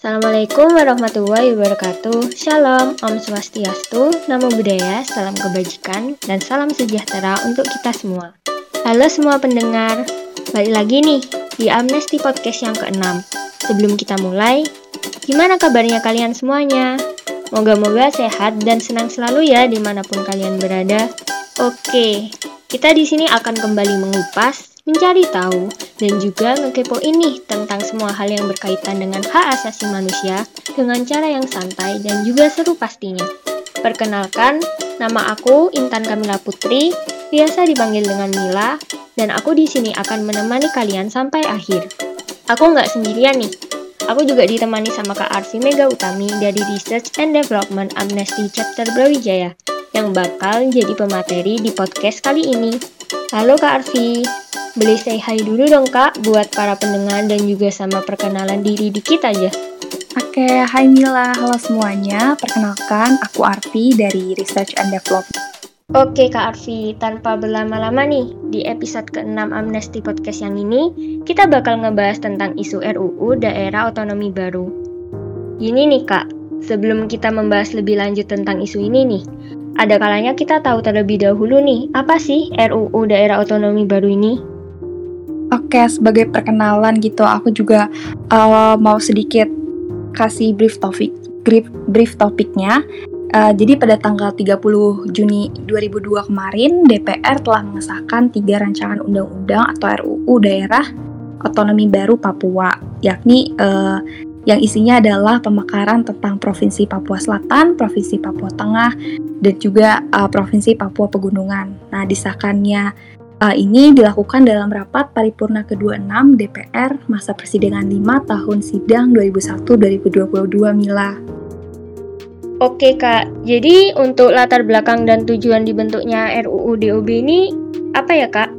Assalamualaikum warahmatullahi wabarakatuh. Shalom, Om Swastiastu, Namo Buddhaya, salam kebajikan, dan salam sejahtera untuk kita semua. Halo semua pendengar, balik lagi nih di Amnesty Podcast yang ke-6. Sebelum kita mulai, gimana kabarnya kalian semuanya? Moga-moga sehat dan senang selalu ya dimanapun kalian berada. Oke, kita di sini akan kembali mengupas, mencari tahu, dan juga ngekepoin nih tentang semua hal yang berkaitan dengan hak asasi manusia dengan cara yang santai dan juga seru pastinya. Perkenalkan, nama aku Intan Kamila Putri, biasa dipanggil dengan Mila, dan aku di sini akan menemani kalian sampai akhir. Aku nggak sendirian nih, aku juga ditemani sama Kak Arfi Mega Utami dari Research and Development Amnesty Chapter Brawijaya, yang bakal jadi pemateri di podcast kali ini. Halo Kak Arfi, boleh say hi dulu dong Kak, buat para pendengar dan juga sama perkenalan diri dikit aja. Oke, hai Mila, halo semuanya. Perkenalkan, aku Arfi dari Research and Development. Oke Kak Arfi, tanpa berlama-lama nih, di episode ke-6 Amnesty Podcast yang ini, kita bakal ngebahas tentang isu RUU Daerah Otonomi Baru. Gini nih Kak, sebelum kita membahas lebih lanjut tentang isu ini nih, ada kalanya kita tahu terlebih dahulu nih, apa sih RUU Daerah Otonomi Baru ini? Oke, sebagai perkenalan gitu, aku juga mau sedikit kasih brief topiknya. Jadi pada tanggal 30 Juni 2002 kemarin, DPR telah mengesahkan 3 rancangan undang-undang atau RUU Daerah Otonomi Baru Papua, yakni yang isinya adalah pemekaran tentang Provinsi Papua Selatan, Provinsi Papua Tengah, dan juga Provinsi Papua Pegunungan. Nah, disahkannya ini dilakukan dalam rapat paripurna ke-26 DPR masa persidangan 5 tahun sidang 2001-2022 Mila. Oke Kak, jadi untuk latar belakang dan tujuan dibentuknya RUU DOB ini apa ya Kak?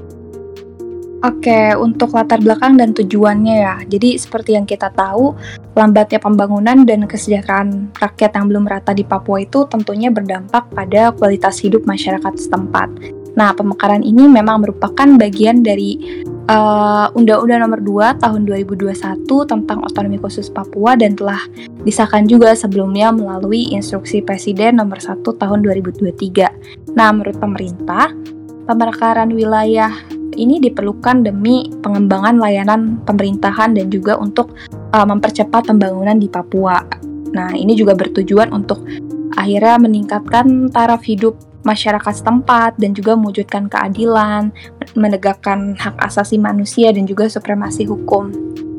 Oke, untuk latar belakang dan tujuannya ya. Jadi seperti yang kita tahu, lambatnya pembangunan dan kesejahteraan rakyat yang belum rata di Papua itu tentunya berdampak pada kualitas hidup masyarakat setempat. Nah, pemekaran ini memang merupakan bagian dari Undang-Undang Nomor 2 Tahun 2021 tentang Otonomi Khusus Papua dan telah disahkan juga sebelumnya melalui Instruksi Presiden Nomor 1 Tahun 2023. Nah, menurut pemerintah, pemekaran wilayah ini diperlukan demi pengembangan layanan pemerintahan dan juga untuk mempercepat pembangunan di Papua. Nah, ini juga bertujuan untuk akhirnya meningkatkan taraf hidup masyarakat setempat dan juga mewujudkan keadilan, menegakkan hak asasi manusia dan juga supremasi hukum.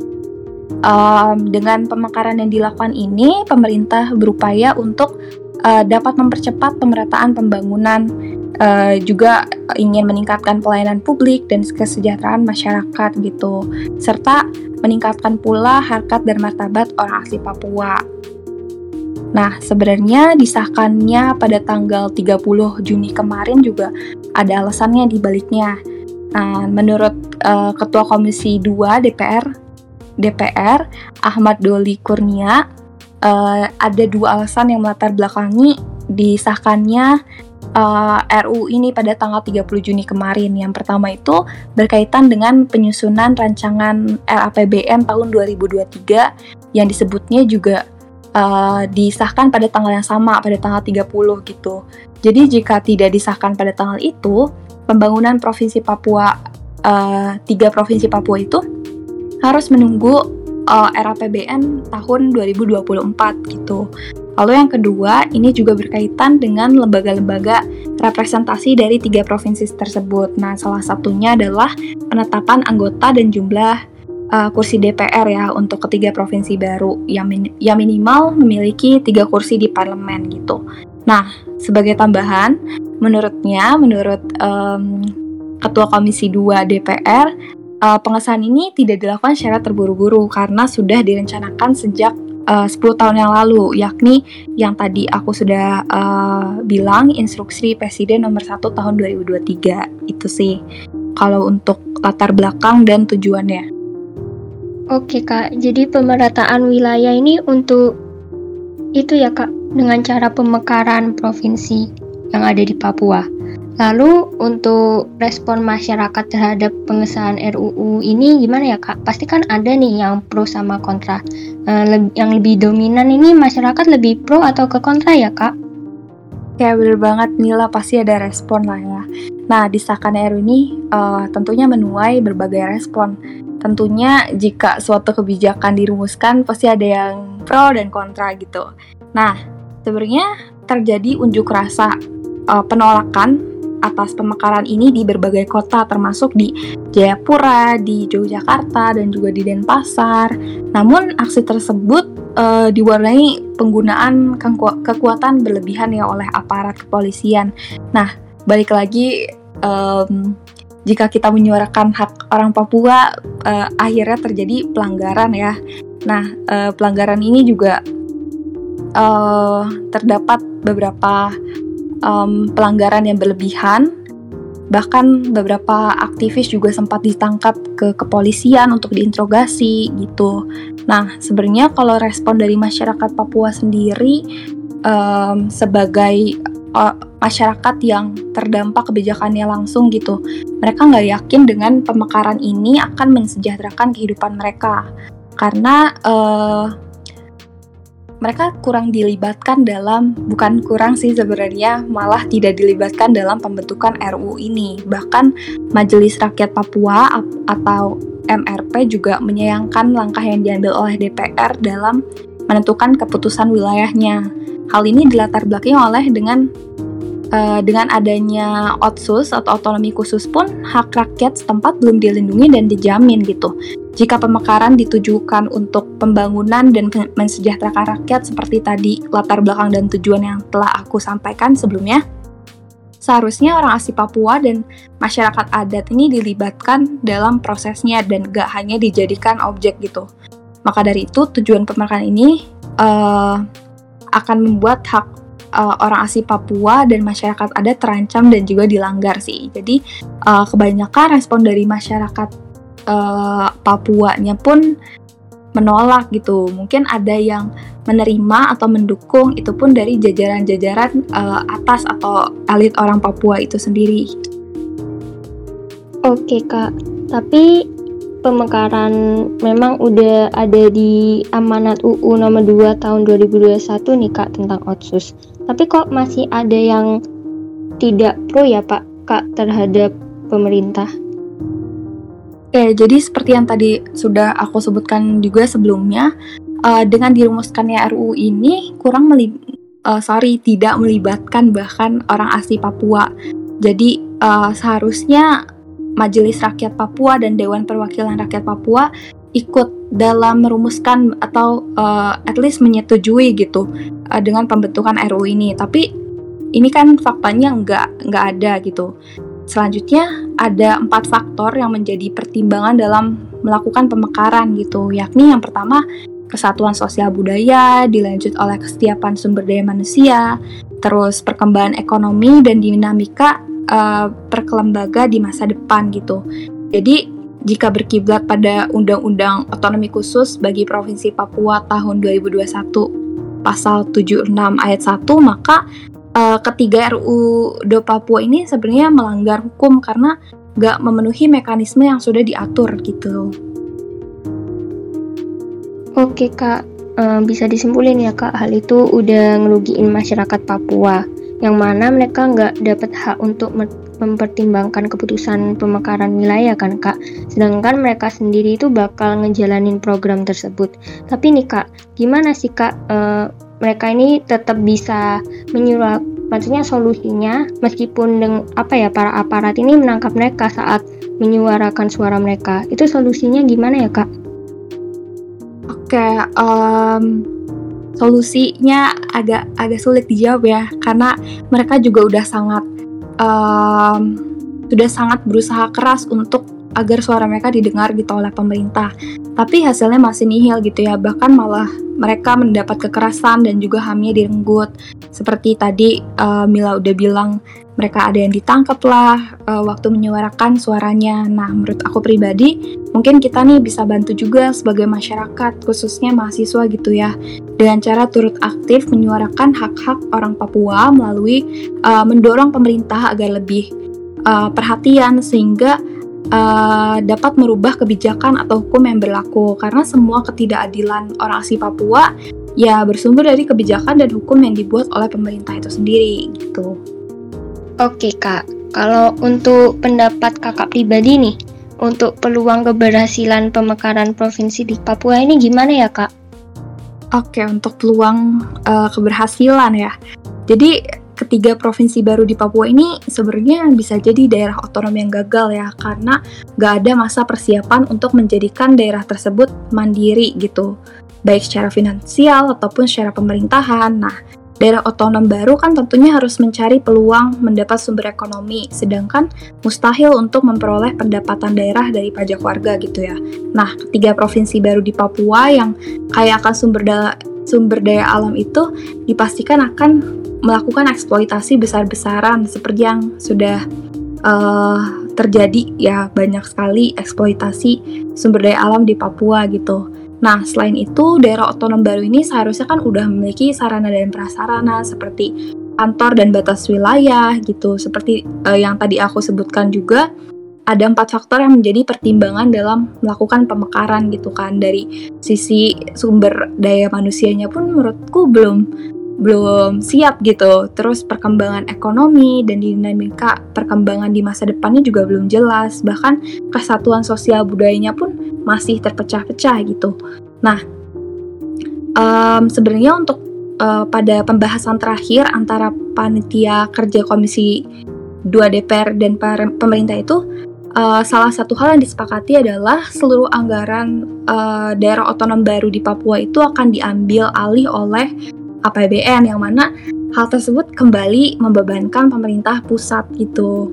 Dengan pemekaran yang dilakukan ini, pemerintah berupaya untuk dapat mempercepat pemerataan pembangunan, juga ingin meningkatkan pelayanan publik dan kesejahteraan masyarakat gitu, serta meningkatkan pula harkat dan martabat orang asli Papua. Nah, sebenarnya disahkannya pada tanggal 30 Juni kemarin juga ada alasannya di baliknya. Menurut Ketua Komisi 2 DPR Ahmad Doli Kurnia, ada 2 alasan yang melatar belakangi disahkannya RUU ini pada tanggal 30 Juni kemarin. Yang pertama itu berkaitan dengan penyusunan rancangan RAPBN tahun 2023 yang disebutnya juga disahkan pada tanggal yang sama, pada tanggal 30 gitu. Jadi jika tidak disahkan pada tanggal itu, pembangunan Provinsi Papua, 3 Provinsi Papua itu harus menunggu RAPBN tahun 2024 gitu. Lalu yang kedua, ini juga berkaitan dengan lembaga-lembaga representasi dari 3 provinsi tersebut. Nah, salah satunya adalah penetapan anggota dan jumlah kursi DPR ya untuk ketiga provinsi baru yang minimal memiliki 3 kursi di parlemen gitu. Nah, sebagai tambahan, menurut Ketua Komisi 2 DPR, pengesahan ini tidak dilakukan secara terburu-buru karena sudah direncanakan sejak 10 tahun yang lalu, yakni yang tadi aku sudah bilang, Instruksi Presiden Nomor 1 Tahun 2023. Itu sih kalau untuk latar belakang dan tujuannya. Oke Kak, jadi pemerataan wilayah ini untuk itu ya Kak, dengan cara pemekaran provinsi yang ada di Papua. Lalu untuk respon masyarakat terhadap pengesahan RUU ini gimana ya Kak? Pasti kan ada nih yang pro sama kontra. Yang lebih dominan ini masyarakat lebih pro atau ke kontra ya Kak? Ya bener banget Mila, pasti ada respon lah ya. Nah disahkan RUU ini tentunya menuai berbagai respon. Tentunya jika suatu kebijakan dirumuskan pasti ada yang pro dan kontra gitu. Nah sebenarnya terjadi unjuk rasa penolakan atas pemekaran ini di berbagai kota, termasuk di Jayapura, di Yogyakarta, dan juga di Denpasar. Namun aksi tersebut diwarnai penggunaan kekuatan berlebihan ya oleh aparat kepolisian. Nah, balik lagi, jika kita menyuarakan hak orang Papua, akhirnya terjadi pelanggaran ya. Nah, pelanggaran ini juga terdapat beberapa pelanggaran yang berlebihan, bahkan beberapa aktivis juga sempat ditangkap ke kepolisian untuk diinterogasi gitu. Nah, sebenarnya kalau respon dari masyarakat Papua sendiri sebagai masyarakat yang terdampak kebijakannya langsung gitu, mereka nggak yakin dengan pemekaran ini akan mensejahterakan kehidupan mereka karena mereka kurang dilibatkan bukan kurang sih sebenarnya, malah tidak dilibatkan dalam pembentukan RUU ini. Bahkan Majelis Rakyat Papua atau MRP juga menyayangkan langkah yang diambil oleh DPR dalam menentukan keputusan wilayahnya. Hal ini dilatar belakangi oleh dengan adanya Otsus atau otonomi khusus pun hak rakyat setempat belum dilindungi dan dijamin gitu. Jika pemekaran ditujukan untuk pembangunan dan mensejahterakan rakyat seperti tadi latar belakang dan tujuan yang telah aku sampaikan sebelumnya, seharusnya orang asli Papua dan masyarakat adat ini dilibatkan dalam prosesnya dan gak hanya dijadikan objek gitu. Maka dari itu tujuan pemekaran ini akan membuat hak orang asli Papua dan masyarakat adat terancam dan juga dilanggar sih. Jadi kebanyakan respon dari masyarakat Papuanya pun menolak gitu. Mungkin ada yang menerima atau mendukung, itu pun dari jajaran-jajaran atas atau elit orang Papua itu sendiri. Oke Kak, tapi pemekaran memang udah ada di Amanat UU nomor 2 tahun 2021 nih Kak tentang Otsus. Tapi kok masih ada yang tidak pro ya Kak terhadap pemerintah? Jadi seperti yang tadi sudah aku sebutkan juga sebelumnya, dengan dirumuskannya RUU ini tidak melibatkan bahkan orang asli Papua. Jadi seharusnya Majelis Rakyat Papua dan Dewan Perwakilan Rakyat Papua ikut dalam merumuskan atau at least menyetujui gitu dengan pembentukan RUU ini. Tapi ini kan faktanya nggak ada gitu. Selanjutnya ada 4 faktor yang menjadi pertimbangan dalam melakukan pemekaran gitu, yakni yang pertama kesatuan sosial budaya, dilanjut oleh kesiapan sumber daya manusia, terus perkembangan ekonomi dan dinamika perkelembaga di masa depan gitu. Jadi jika berkiblat pada Undang-Undang Otonomi Khusus bagi Provinsi Papua tahun 2021 pasal 76 ayat 1, maka ketiga RUU Do Papua ini sebenarnya melanggar hukum karena gak memenuhi mekanisme yang sudah diatur gitu. Oke Kak, bisa disimpulin ya Kak, hal itu udah ngerugiin masyarakat Papua, yang mana mereka gak dapat hak untuk mempertimbangkan keputusan pemekaran wilayah kan Kak, sedangkan mereka sendiri itu bakal ngejalanin program tersebut. Tapi nih Kak, gimana sih Kak mereka ini tetap bisa menyuarakan, maksudnya solusinya meskipun para aparat ini menangkap mereka saat menyuarakan suara mereka, itu solusinya gimana ya Kak? Oke, solusinya agak sulit dijawab ya, karena mereka juga sudah sangat berusaha keras untuk agar suara mereka didengar gitu oleh pemerintah. Tapi hasilnya masih nihil gitu ya, bahkan malah mereka mendapat kekerasan dan juga HAM-nya direnggut. Seperti tadi Mila udah bilang, mereka ada yang ditangkap lah waktu menyuarakan suaranya. Nah, menurut aku pribadi, mungkin kita nih bisa bantu juga sebagai masyarakat, khususnya mahasiswa gitu ya, dengan cara turut aktif menyuarakan hak-hak orang Papua melalui mendorong pemerintah agar lebih perhatian sehingga dapat merubah kebijakan atau hukum yang berlaku, karena semua ketidakadilan orang asli Papua ya bersumber dari kebijakan dan hukum yang dibuat oleh pemerintah itu sendiri gitu. Oke Kak, kalau untuk pendapat Kakak pribadi nih, untuk peluang keberhasilan pemekaran provinsi di Papua ini gimana ya Kak? Oke, untuk peluang keberhasilan ya. Jadi ketiga provinsi baru di Papua ini sebenarnya bisa jadi daerah otonom yang gagal ya, karena nggak ada masa persiapan untuk menjadikan daerah tersebut mandiri gitu, baik secara finansial ataupun secara pemerintahan. Nah, daerah otonom baru kan tentunya harus mencari peluang mendapat sumber ekonomi, sedangkan mustahil untuk memperoleh pendapatan daerah dari pajak warga gitu ya. Nah, ketiga provinsi baru di Papua yang kaya akan sumber daya alam itu dipastikan akan melakukan eksploitasi besar-besaran seperti yang sudah terjadi ya, banyak sekali eksploitasi sumber daya alam di Papua gitu. Nah, selain itu, daerah otonom baru ini seharusnya kan udah memiliki sarana dan prasarana seperti kantor dan batas wilayah gitu. Seperti yang tadi aku sebutkan juga, ada 4 faktor yang menjadi pertimbangan dalam melakukan pemekaran gitu kan. Dari sisi sumber daya manusianya pun menurutku belum siap gitu. Terus perkembangan ekonomi dan dinamika perkembangan di masa depannya juga belum jelas. Bahkan kesatuan sosial budayanya pun masih terpecah-pecah gitu. Nah, sebenarnya untuk pada pembahasan terakhir antara panitia kerja Komisi 2 DPR dan pemerintah itu, salah satu hal yang disepakati adalah seluruh anggaran daerah otonom baru di Papua itu akan diambil alih oleh APBN, yang mana hal tersebut kembali membebankan pemerintah pusat gitu.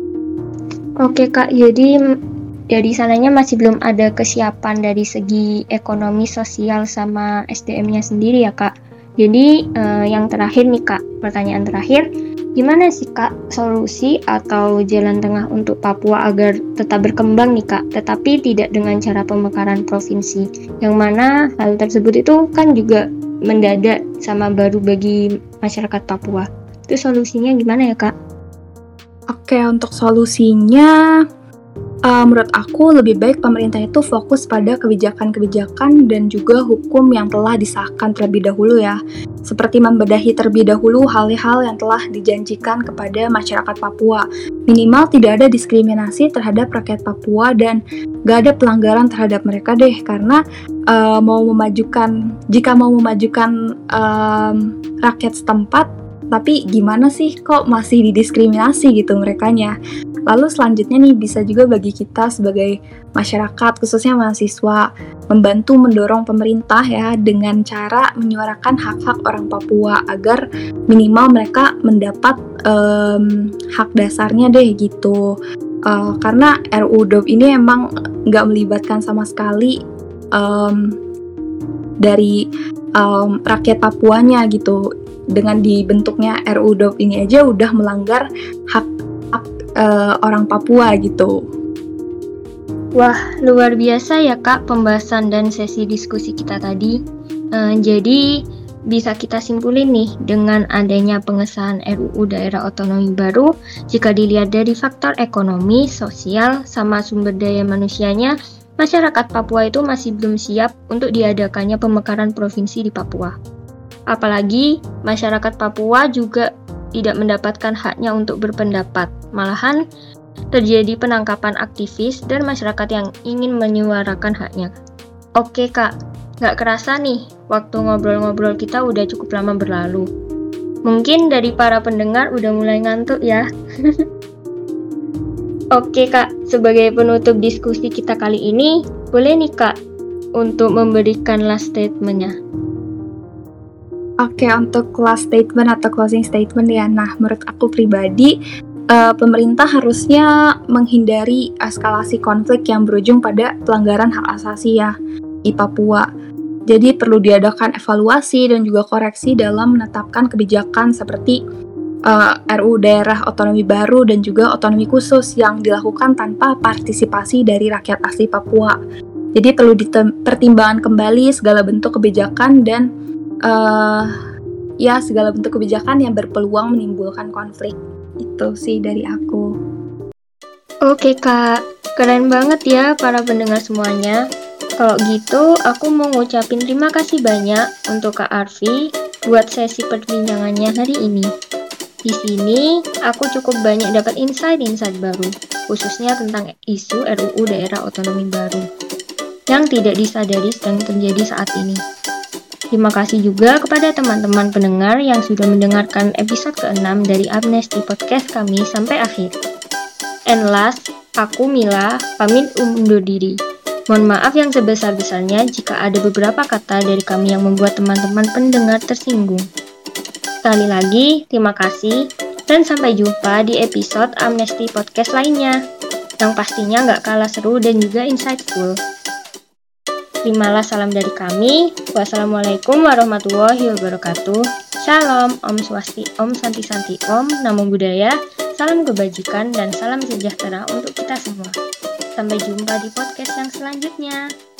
Oke Kak, jadi dari sananya masih belum ada kesiapan dari segi ekonomi, sosial, sama SDM-nya sendiri ya Kak. Jadi yang terakhir nih Kak, pertanyaan terakhir, gimana sih Kak solusi atau jalan tengah untuk Papua agar tetap berkembang nih Kak, tetapi tidak dengan cara pemekaran provinsi, yang mana hal tersebut itu kan juga mendadak sama baru bagi masyarakat Papua. Itu solusinya gimana ya Kak? Oke, untuk solusinya menurut aku lebih baik pemerintah itu fokus pada kebijakan-kebijakan dan juga hukum yang telah disahkan terlebih dahulu ya. Seperti membedahi terlebih dahulu hal-hal yang telah dijanjikan kepada masyarakat Papua. Minimal tidak ada diskriminasi terhadap rakyat Papua dan gak ada pelanggaran terhadap mereka deh. Karena jika mau memajukan rakyat setempat, tapi gimana sih kok masih didiskriminasi gitu merekanya. Lalu selanjutnya nih, bisa juga bagi kita sebagai masyarakat, khususnya mahasiswa, membantu mendorong pemerintah ya dengan cara menyuarakan hak-hak orang Papua agar minimal mereka mendapat hak dasarnya deh gitu. Karena RUU DOP ini emang nggak melibatkan sama sekali dari rakyat Papuanya gitu. Dengan dibentuknya RUU DOP ini aja udah melanggar hak orang Papua gitu. Wah, luar biasa ya Kak pembahasan dan sesi diskusi kita tadi. Jadi bisa kita simpulin nih, dengan adanya pengesahan RUU Daerah Otonomi Baru, jika dilihat dari faktor ekonomi, sosial, sama sumber daya manusianya, masyarakat Papua itu masih belum siap untuk diadakannya pemekaran provinsi di Papua. Apalagi masyarakat Papua juga tidak mendapatkan haknya untuk berpendapat. Malahan terjadi penangkapan aktivis dan masyarakat yang ingin menyuarakan haknya. Oke Kak, gak kerasa nih, waktu ngobrol-ngobrol kita udah cukup lama berlalu. Mungkin dari para pendengar udah mulai ngantuk ya. Oke Kak, sebagai penutup diskusi kita kali ini, boleh nih Kak untuk memberikan last statement-nya. Oke, untuk last statement atau closing statement ya. Nah, menurut aku pribadi, pemerintah harusnya menghindari eskalasi konflik yang berujung pada pelanggaran hak asasi ya di Papua. Jadi perlu diadakan evaluasi dan juga koreksi dalam menetapkan kebijakan seperti RUU Daerah Otonomi Baru dan juga otonomi khusus yang dilakukan tanpa partisipasi dari rakyat asli Papua. Jadi perlu dipertimbangkan kembali segala bentuk kebijakan dan segala bentuk kebijakan yang berpeluang menimbulkan konflik. Itu sih dari aku. Oke Kak, keren banget ya para pendengar semuanya. Kalau gitu, aku mau ngucapin terima kasih banyak untuk Kak Arfi buat sesi perbincangannya hari ini. Di sini, aku cukup banyak dapat insight-insight baru, khususnya tentang isu RUU Daerah Otonomi Baru, yang tidak disadari sedang terjadi saat ini. Terima kasih juga kepada teman-teman pendengar yang sudah mendengarkan episode ke-6 dari Amnesty Podcast kami sampai akhir. And last, aku Mila, pamit undur diri. Mohon maaf yang sebesar-besarnya jika ada beberapa kata dari kami yang membuat teman-teman pendengar tersinggung. Sekali lagi, terima kasih dan sampai jumpa di episode Amnesty Podcast lainnya, yang pastinya nggak kalah seru dan juga insightful. Terimalah salam dari kami. Wassalamualaikum warahmatullahi wabarakatuh. Shalom, Om Swasti, Om Santi Santi, Om Namo Buddhaya. Salam kebajikan dan salam sejahtera untuk kita semua. Sampai jumpa di podcast yang selanjutnya.